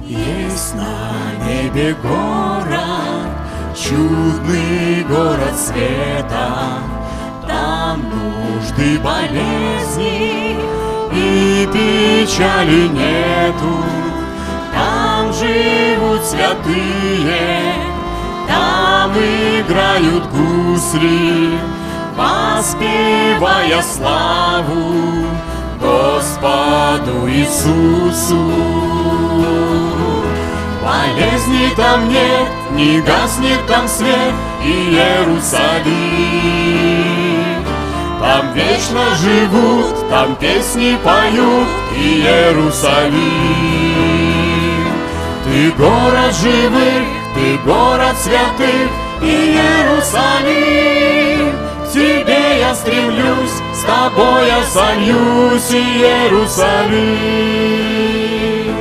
Есть на небе город, чудный город света. Там нужды, болезни и печали нету. Там живут святые, там играют гусли, воспевая славу Господу Иисусу. Болезни там нет, не гаснет там свет, и Иерусалим. Там вечно живут, там песни поют, и Иерусалим. Ты город живых, ты город святых, и Иерусалим. К тебе я стремлюсь, с тобой я сольюсь, и Иерусалим.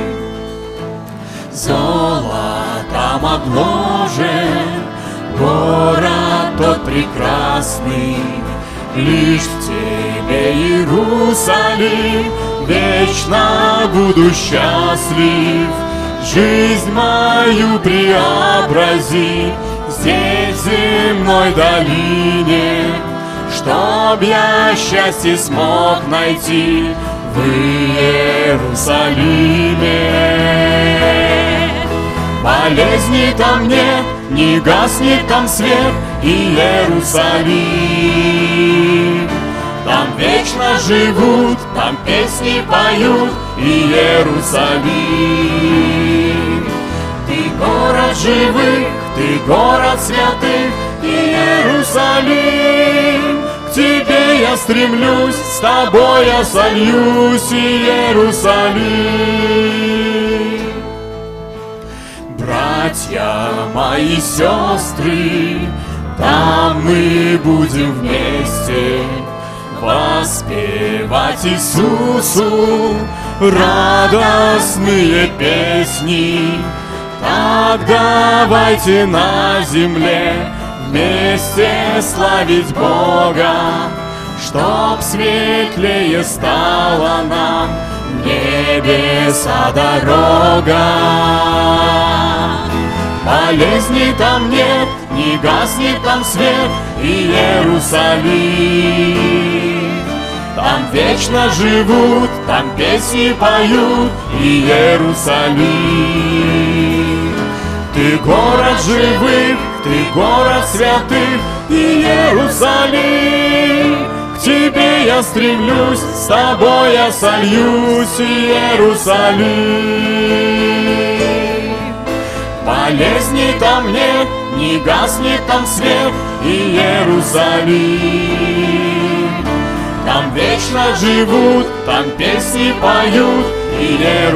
Золотом обложен город тот прекрасный, лишь в тебе, Иерусалим, вечно буду счастлив. Жизнь мою преобрази здесь, в земной долине, чтоб я счастье смог найти в Иерусалиме. Болезни там нет, не гаснет там свет, и Иерусалим. Там вечно живут, там песни поют, и Иерусалим. Ты город живых, ты город святых, и Иерусалим. К тебе я стремлюсь, с тобой я сольюсь, и Иерусалим. Братья мои, сестры, там мы будем вместе воспевать Иисусу радостные песни. Так давайте на земле вместе славить Бога, чтоб светлее стала нам небеса дорога. Болезни там нет, не гаснет там свет, и Иерусалим. Там вечно живут, там песни поют, и Иерусалим. Ты город живых, ты город святых, и Иерусалим. К тебе я стремлюсь, с тобой я сольюсь, и Иерусалим. Болезни там нет, не гаснет там свет, и Иерусалим. Там вечно живут, там песни поют, и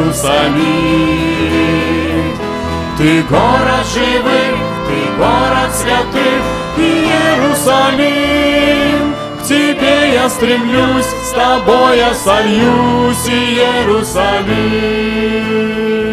Иерусалим. Ты город живых, ты город святых, и Иерусалим. К тебе я стремлюсь, с тобой я сольюсь, и Иерусалим.